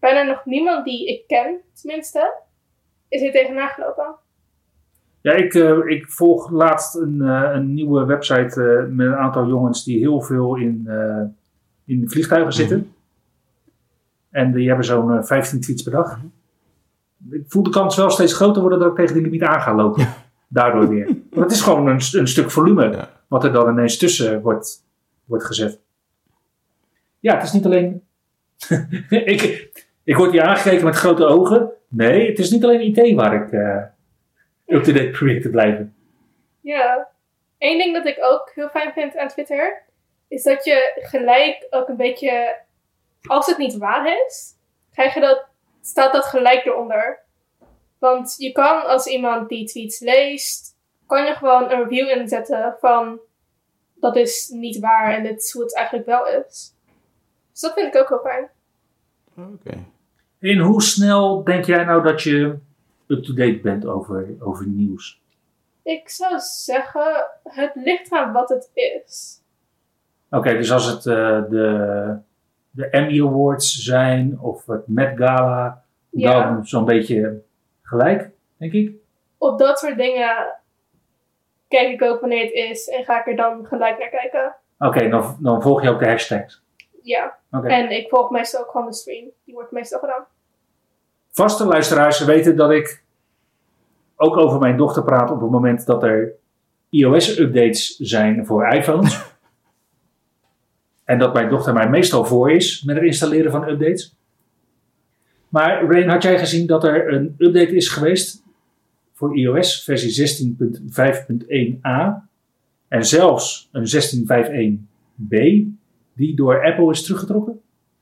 bijna nog niemand die ik ken, tenminste, is hier tegenaan gelopen. Ja, ik, uh, ik volg laatst een, uh, een nieuwe website uh, met een aantal jongens die heel veel in, uh, in vliegtuigen zitten. Mm-hmm. En die hebben zo'n uh, vijftien tweets per dag. Mm-hmm. Ik voel de kans wel steeds groter worden dat ik tegen die limiet aan ga lopen. Ja. Daardoor weer. Want het is gewoon een, een stuk volume ja. wat er dan ineens tussen wordt, wordt gezet. Ja, het is niet alleen... ik, ik word hier aangekeken met grote ogen. Nee, het is niet alleen I T waar ik uh, up-to-date probeer te blijven. Ja. Eén ding dat ik ook heel fijn vind aan Twitter... is dat je gelijk ook een beetje... als het niet waar is... krijg je dat, staat dat gelijk eronder. Want je kan als iemand die tweets leest... kan je gewoon een review inzetten van... dat is niet waar en dit is hoe het eigenlijk wel is. Dus dat vind ik ook heel fijn. Oké. Okay. En hoe snel denk jij nou dat je up-to-date bent over, over nieuws? Ik zou zeggen, het ligt aan wat het is. Oké, okay, dus als het uh, de, de Emmy Awards zijn of het Met Gala, ja. dan zo'n beetje gelijk, denk ik? Op dat soort dingen kijk ik ook wanneer het is en ga ik er dan gelijk naar kijken. Oké, okay, dan, dan volg je ook de hashtags? Ja, okay. En ik volg meestal ook gewoon de stream. Die wordt meestal gedaan. Vaste luisteraars weten dat ik ook over mijn dochter praat op het moment dat er iOS-updates zijn voor iPhones. En dat mijn dochter mij meestal voor is met het installeren van updates. Maar Rain, had jij gezien dat er een update is geweest voor iOS versie zestien punt vijf punt één a en zelfs een zestien punt vijf punt één b die door Apple is teruggetrokken?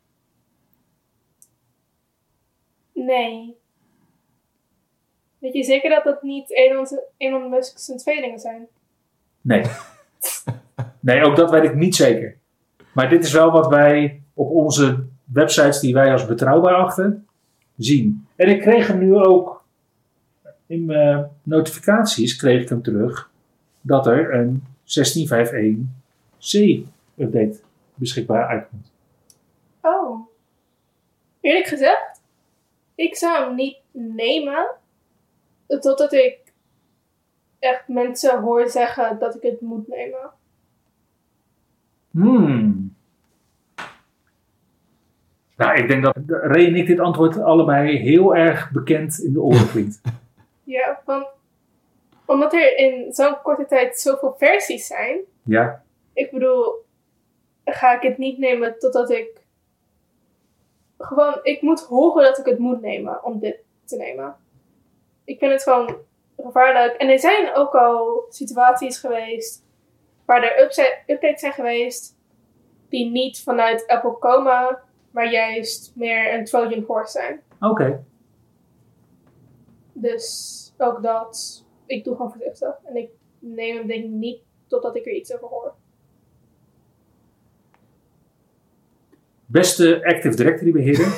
Nee. Weet je zeker dat dat niet Elon Musk zijn tweelingen zijn? Nee. Nee, ook dat weet ik niet zeker. Maar dit is wel wat wij op onze websites die wij als betrouwbaar achten, zien. En ik kreeg hem nu ook in mijn notificaties kreeg ik hem terug dat er een zestien punt vijf punt één c update beschikbaar uitkomt. Oh. Eerlijk gezegd, ik zou hem niet nemen totdat ik echt mensen hoor zeggen dat ik het moet nemen. Hmm. Nou, ik denk dat Ray en ik dit antwoord allebei heel erg bekend in de oren klinkt. Ja, want omdat er in zo'n korte tijd zoveel versies zijn. Ja. Ik bedoel, ga ik het niet nemen totdat ik gewoon, ik moet horen dat ik het moet nemen om dit te nemen. Ik vind het gewoon gevaarlijk. En er zijn ook al situaties geweest waar er updates zijn geweest die niet vanuit Apple komen, maar juist meer een Trojan horse zijn. Oké. Okay. Dus ook dat, ik doe gewoon voorzichtig. En ik neem hem denk ik niet totdat ik er iets over hoor. Beste Active Directory beheerder.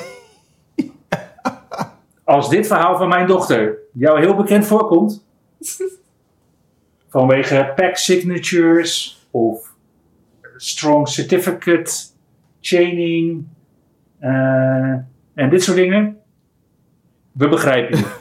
Als dit verhaal van mijn dochter jou heel bekend voorkomt, vanwege pack signatures of strong certificate chaining uh, en dit soort dingen, we begrijpen je.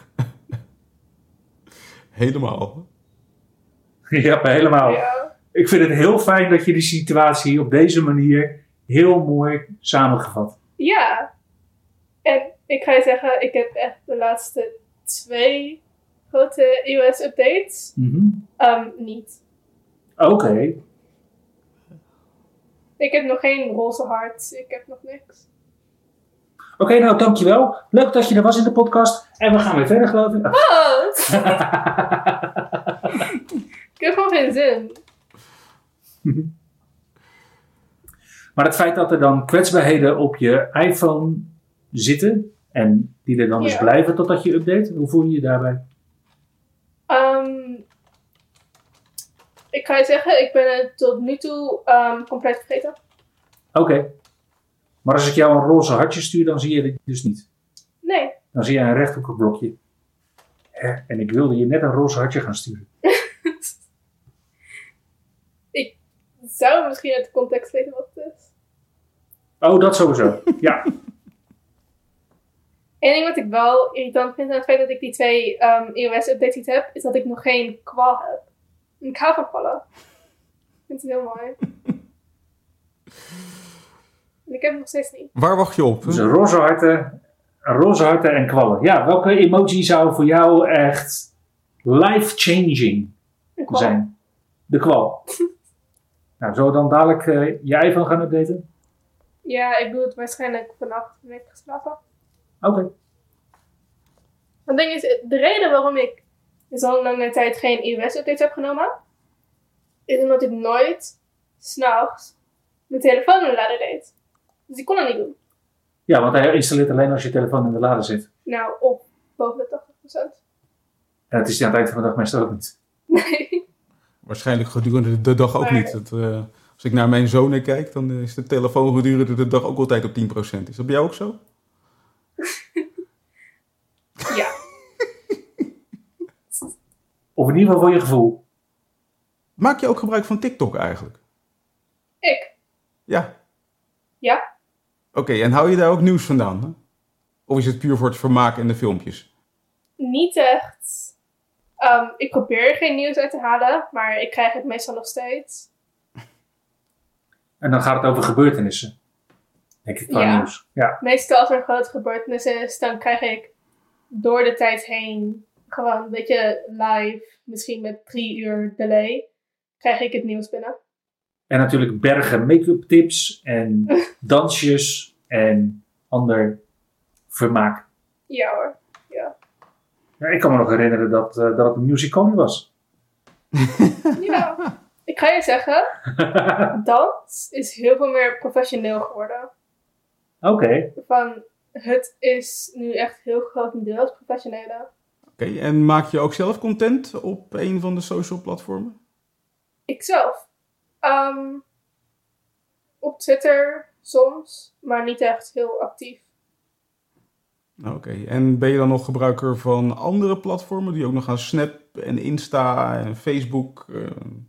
Helemaal. Ja, helemaal. Ja. Ik vind het heel fijn dat je die situatie op deze manier heel mooi samengevat. Ja. En ik ga je zeggen, ik heb echt de laatste twee grote iOS-updates Mm-hmm. um, niet. Oké. Okay. Ik heb nog geen roze hart. Ik heb nog niks. Oké, okay, nou dankjewel. Leuk dat je er was in de podcast. En we gaan weer verder, geloof ik. Wat? Ik heb gewoon geen zin. Maar het feit dat er dan kwetsbaarheden op je iPhone zitten en die er dan ja. dus blijven totdat je update, hoe voel je je daarbij? Um, ik ga je zeggen, ik ben het tot nu toe um, compleet vergeten. Oké. Okay. Maar als ik jou een roze hartje stuur, dan zie je het dus niet? Nee. Dan zie je een rechthoekig blokje. En ik wilde je net een roze hartje gaan sturen. Ik zou misschien uit de context weten wat het is. Oh, dat sowieso. Ja. Eén ding wat ik wel irritant vind aan het feit dat ik die twee um, iOS-updates niet heb, is dat ik nog geen kwal heb. En ik hou van kwallen. Ik vind het heel mooi. En ik heb het nog steeds niet. Waar wacht je op? Dus roze harten, roze harten en kwallen. Ja, welke emoji zou voor jou echt life-changing zijn? De kwal. Nou, zullen we dan dadelijk uh, je iPhone gaan updaten? Ja, ik doe het waarschijnlijk vannacht wanneer ik geslapen. Oké. Okay. Het ding is, de reden waarom ik zo'n lange tijd geen iOS-updates heb genomen, is omdat ik nooit s'nachts mijn telefoon in de lader deed. Dus ik kon dat niet doen. Ja, want hij installeert alleen als je telefoon in de lader zit. Nou, op boven de tachtig procent. En het is aan het eind van de dag meestal ook niet. Nee. Waarschijnlijk gedurende de dag ook maar... niet. Dat, uh, als ik naar mijn zonen kijk, dan is de telefoon gedurende de dag ook altijd op tien procent. Is dat bij jou ook zo? Ja. Of in ieder geval voor je gevoel. Maak je ook gebruik van TikTok eigenlijk? Ik? Ja. Ja. Oké, okay, en hou je daar ook nieuws vandaan? Hè? Of is het puur voor het vermaak en de filmpjes? Niet echt. Um, ik probeer er geen nieuws uit te halen, maar ik krijg het meestal nog steeds. En dan gaat het over gebeurtenissen. Denk ik, qua ja. nieuws. Ja. Meestal als er een grote gebeurtenis is, dan krijg ik door de tijd heen gewoon een beetje live, misschien met drie uur delay, krijg ik het nieuws binnen. En natuurlijk bergen make-up tips en dansjes en ander vermaak. Ja hoor, ja. Ja, ik kan me nog herinneren dat, uh, dat het een musicone was. Ja, ik ga je zeggen, dans is heel veel meer professioneel geworden. Oké. Okay. Van, het is nu echt heel grotendeels professionele. Oké, okay, en maak je ook zelf content op een van de social platformen? Ikzelf? Um, op Twitter soms, maar niet echt heel actief. Oké, okay. En ben je dan nog gebruiker van andere platformen die ook nog aan Snap en Insta en Facebook? Uh...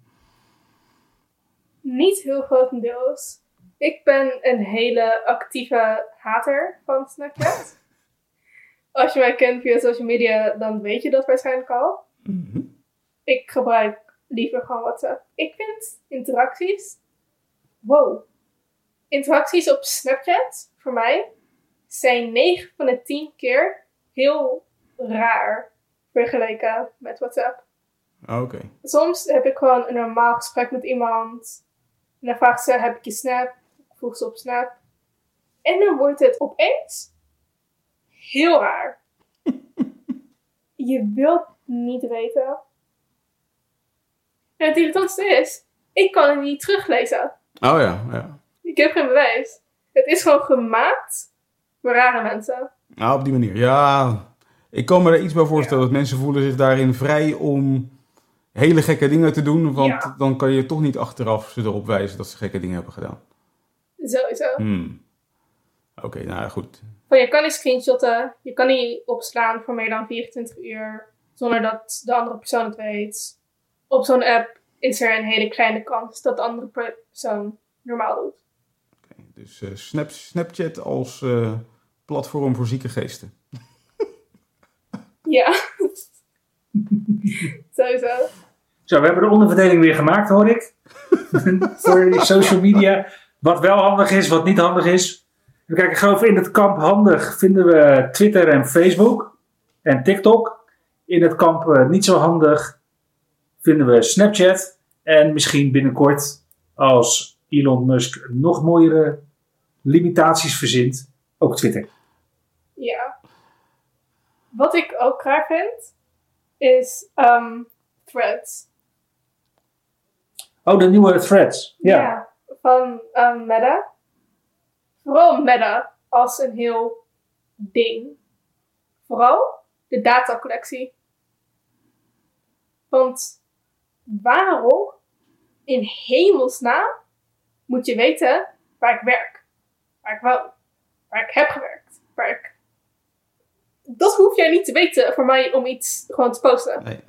Niet heel grotendeels. Ik ben een hele actieve hater van Snapchat. Als je mij kent via social media, dan weet je dat waarschijnlijk al. Mm-hmm. Ik gebruik liever gewoon WhatsApp. Ik vind interacties... Wow. Interacties op Snapchat, voor mij, zijn negen van de tien keer heel raar vergeleken met WhatsApp. Oké. Okay. Soms heb ik gewoon een normaal gesprek met iemand. En dan vraagt ze, heb ik je Snap? Ik voeg ze op Snap. En dan wordt het opeens heel raar. Je wilt niet weten. En het irritantste is, ik kan het niet teruglezen. Oh ja, ja. Ik heb geen bewijs. Het is gewoon gemaakt voor rare mensen. Nou, op die manier. Ja, ik kan me er iets bij voorstellen. Ja. Dat mensen voelen zich daarin vrij om hele gekke dingen te doen. Want ja. dan kan je toch niet achteraf ze erop wijzen dat ze gekke dingen hebben gedaan. Sowieso. Hmm. Oké, okay, nou goed. Van, je kan niet screenshotten. Je kan niet opslaan voor meer dan vierentwintig uur. Zonder dat de andere persoon het weet. Op zo'n app is er een hele kleine kans dat de andere persoon normaal doet. Okay, dus uh, Snap, Snapchat als uh, platform voor zieke geesten. Ja. Sowieso. Zo, we hebben de onderverdeling weer gemaakt, hoor ik. Voor social media. Wat wel handig is, wat niet handig is. We kijken gauw even in het kamp handig. Vinden we Twitter en Facebook. En TikTok. In het kamp uh, niet zo handig. Vinden we Snapchat. En misschien binnenkort, als Elon Musk nog mooiere limitaties verzint, ook Twitter. Ja. Wat ik ook raar vind, is um, Threads. Oh, de nieuwe Threads. Ja, ja van um, Meta. Vooral Meta als een heel ding. Vooral de datacollectie. Want waarom in hemelsnaam moet je weten waar ik werk? Waar ik woon? Waar ik heb gewerkt? Waar ik... Dat hoef jij niet te weten voor mij om iets gewoon te posten. Nee.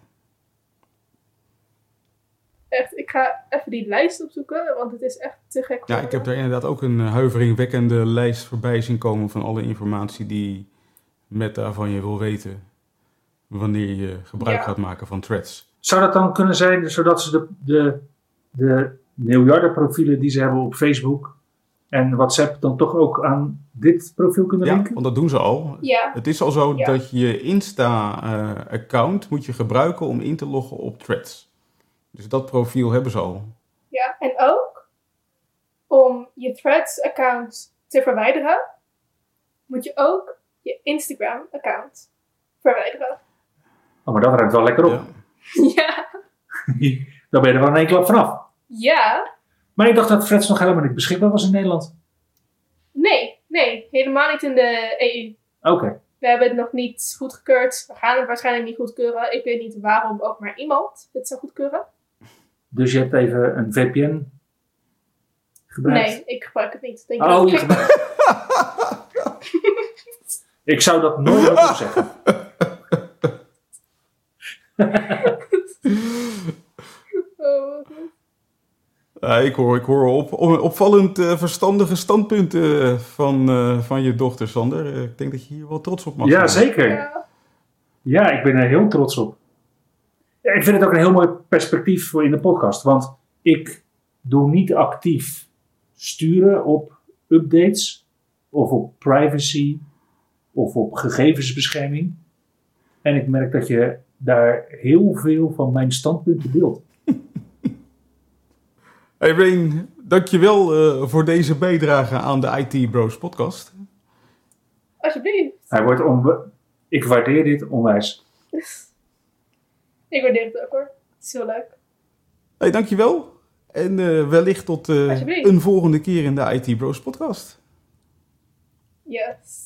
Echt, ik ga even die lijst opzoeken, want het is echt te gek. Ja, ik heb daar inderdaad ook een huiveringwekkende lijst voorbij zien komen van alle informatie die Meta van je wil weten wanneer je gebruik Ja. gaat maken van threads. Zou dat dan kunnen zijn zodat ze de, de, de miljarden profielen die ze hebben op Facebook en WhatsApp dan toch ook aan dit profiel kunnen Ja, linken? want dat doen ze al. Ja, Het is al zo Ja. dat je Insta-account moet je gebruiken om in te loggen op threads. Dus dat profiel hebben ze al. ja. En ook om je Threads-account te verwijderen, moet je ook je Instagram-account verwijderen. Oh, maar dat ruimt wel lekker op. Ja. Ja. Dan ben je er wel in één klap vanaf. Ja. Maar ik dacht dat Threads nog helemaal niet beschikbaar was in Nederland. Nee, nee. Helemaal niet in de E U. Oké. We hebben het nog niet goedgekeurd. We gaan het waarschijnlijk niet goedkeuren. Ik weet niet waarom ook maar iemand het zou goedkeuren. Dus je hebt even een V P N gebruikt? Nee, ik gebruik het niet. Denk Oh, ik. je gebruikt. Ik zou dat nooit op zeggen. Oh, wat goed. Ja, ik hoor, ik hoor op, op- opvallend eh, verstandige standpunten van, eh, van je dochter, Sander. Eh, ik denk dat je hier wel trots op mag Ja, zijn. zeker. Ja. Ja, ik ben er heel trots op. Ja, ik vind het ook een heel mooi perspectief voor in de podcast. Want ik doe niet actief sturen op updates of op privacy of op gegevensbescherming. En ik merk dat je daar heel veel van mijn standpunten deelt. Hey Rain, dankjewel uh, voor deze bijdrage aan de I T Bros podcast. Alsjeblieft. Hij wordt onwe- ik waardeer dit onwijs. Ik waardeer het ook hoor. Het is heel leuk. Hey, dankjewel. En uh, wellicht tot uh, Alsjeblieft. een volgende keer in de I T Bros podcast. Yes.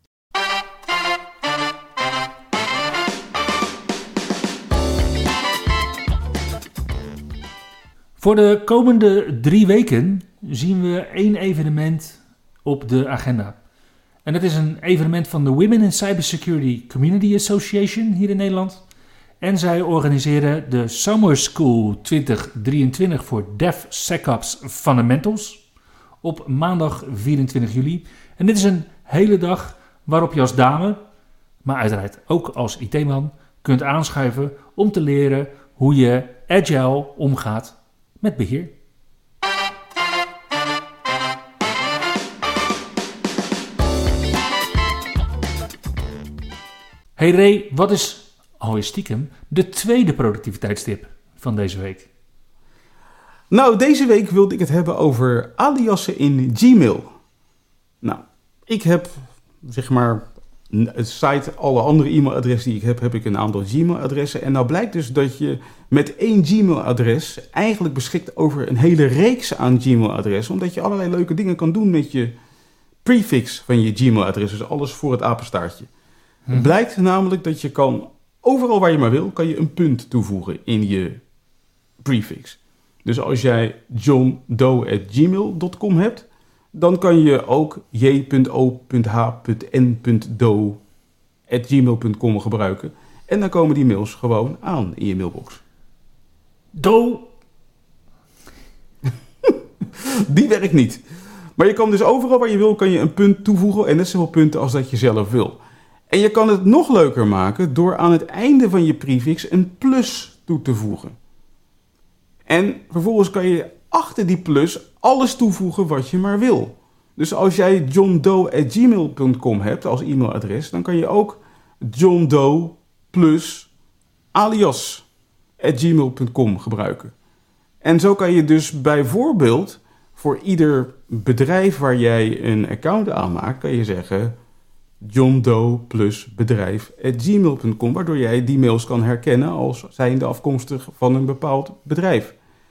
Voor de komende drie weken zien we één evenement op de agenda. En dat is een evenement van de Women in Cybersecurity Community Association hier in Nederland. En zij organiseren de Summer School twintig drieëntwintig voor DevSecOps Fundamentals op maandag vierentwintig juli. En dit is een hele dag waarop je als dame, maar uiteraard ook als I T-man, kunt aanschuiven om te leren hoe je agile omgaat met beheer. Hey Ray, wat is, alweer stiekem, de tweede productiviteitstip van deze week? Nou, deze week wilde ik het hebben over aliasen in Gmail. Nou, ik heb, zeg maar, het site, alle andere e-mailadressen die ik heb, heb ik een aantal Gmail-adressen. En nou blijkt dus dat je met één Gmail-adres eigenlijk beschikt over een hele reeks aan Gmail-adressen. Omdat je allerlei leuke dingen kan doen met je prefix van je Gmail-adres. Dus alles voor het apenstaartje. Hm. Het blijkt namelijk dat je kan, overal waar je maar wil, kan je een punt toevoegen in je prefix. Dus als jij john doe at gmail dot com hebt, dan kan je ook j punt o punt h punt n punt doe at gmail punt com gebruiken. En dan komen die mails gewoon aan in je mailbox. Do. Die werkt niet. Maar je kan dus overal waar je wil, kan je een punt toevoegen. En net zoveel punten als dat je zelf wil. En je kan het nog leuker maken door aan het einde van je prefix een plus toe te voegen. En vervolgens kan je achter die plus alles toevoegen wat je maar wil. Dus als jij john doe at gmail punt com hebt als e-mailadres, dan kan je ook john doe plus alias at gmail punt com gebruiken. En zo kan je dus bijvoorbeeld voor ieder bedrijf waar jij een account aanmaakt, kan je zeggen john doe plus bedrijf at gmail punt com, waardoor jij die mails kan herkennen als zijnde afkomstig van een bepaald bedrijf.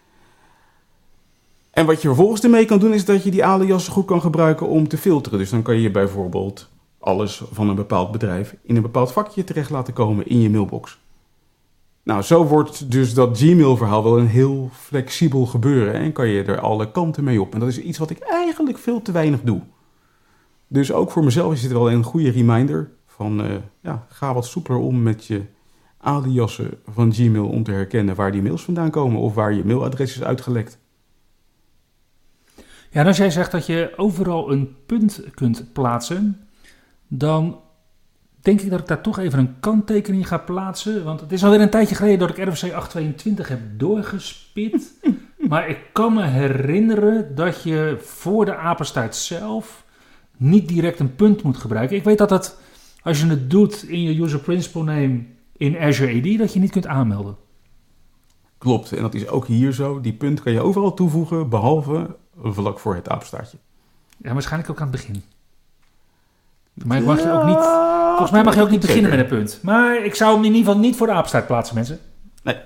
En wat je vervolgens ermee kan doen, is dat je die aliasen goed kan gebruiken om te filteren. Dus dan kan je bijvoorbeeld alles van een bepaald bedrijf in een bepaald vakje terecht laten komen in je mailbox. Nou, zo wordt dus dat Gmail-verhaal wel een heel flexibel gebeuren en kan je er alle kanten mee op. En dat is iets wat ik eigenlijk veel te weinig doe. Dus ook voor mezelf is dit wel een goede reminder van, uh, ja, ga wat soepeler om met je aliasen van Gmail om te herkennen waar die mails vandaan komen of waar je mailadres is uitgelekt. Ja, en als jij zegt dat je overal een punt kunt plaatsen, dan denk ik dat ik daar toch even een kanttekening ga plaatsen. Want het is alweer een tijdje geleden dat ik R F C achthonderdtweeëntwintig heb doorgespit. Maar ik kan me herinneren dat je voor de apenstaart zelf niet direct een punt moet gebruiken. Ik weet dat dat, als je het doet in je user principal name in Azure A D, dat je niet kunt aanmelden. Klopt, en dat is ook hier zo. Die punt kan je overal toevoegen, behalve vlak voor het apenstaartje. Ja, waarschijnlijk ook aan het begin. Maar mag je ook niet, volgens mij mag je ook niet beginnen met een punt. Maar ik zou hem in ieder geval niet voor de apenstaart plaatsen, mensen. Nee.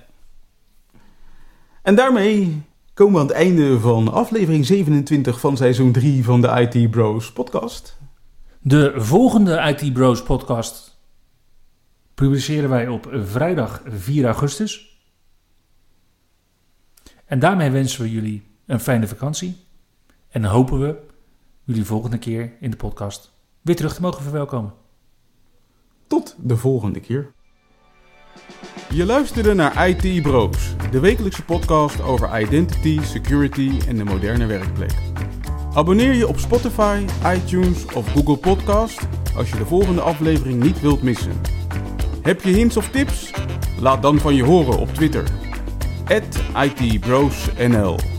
En daarmee komen we aan het einde van aflevering zevenentwintig van seizoen drie van de I T Bros podcast. De volgende I T Bros podcast publiceren wij op vrijdag vier augustus. En daarmee wensen we jullie een fijne vakantie. En hopen we jullie volgende keer in de podcast weer terug te mogen verwelkomen. Tot de volgende keer. Je luisterde naar I T Bros, de wekelijkse podcast over identity, security en de moderne werkplek. Abonneer je op Spotify, iTunes of Google Podcast als je de volgende aflevering niet wilt missen. Heb je hints of tips? Laat dan van je horen op Twitter. at I T Bros N L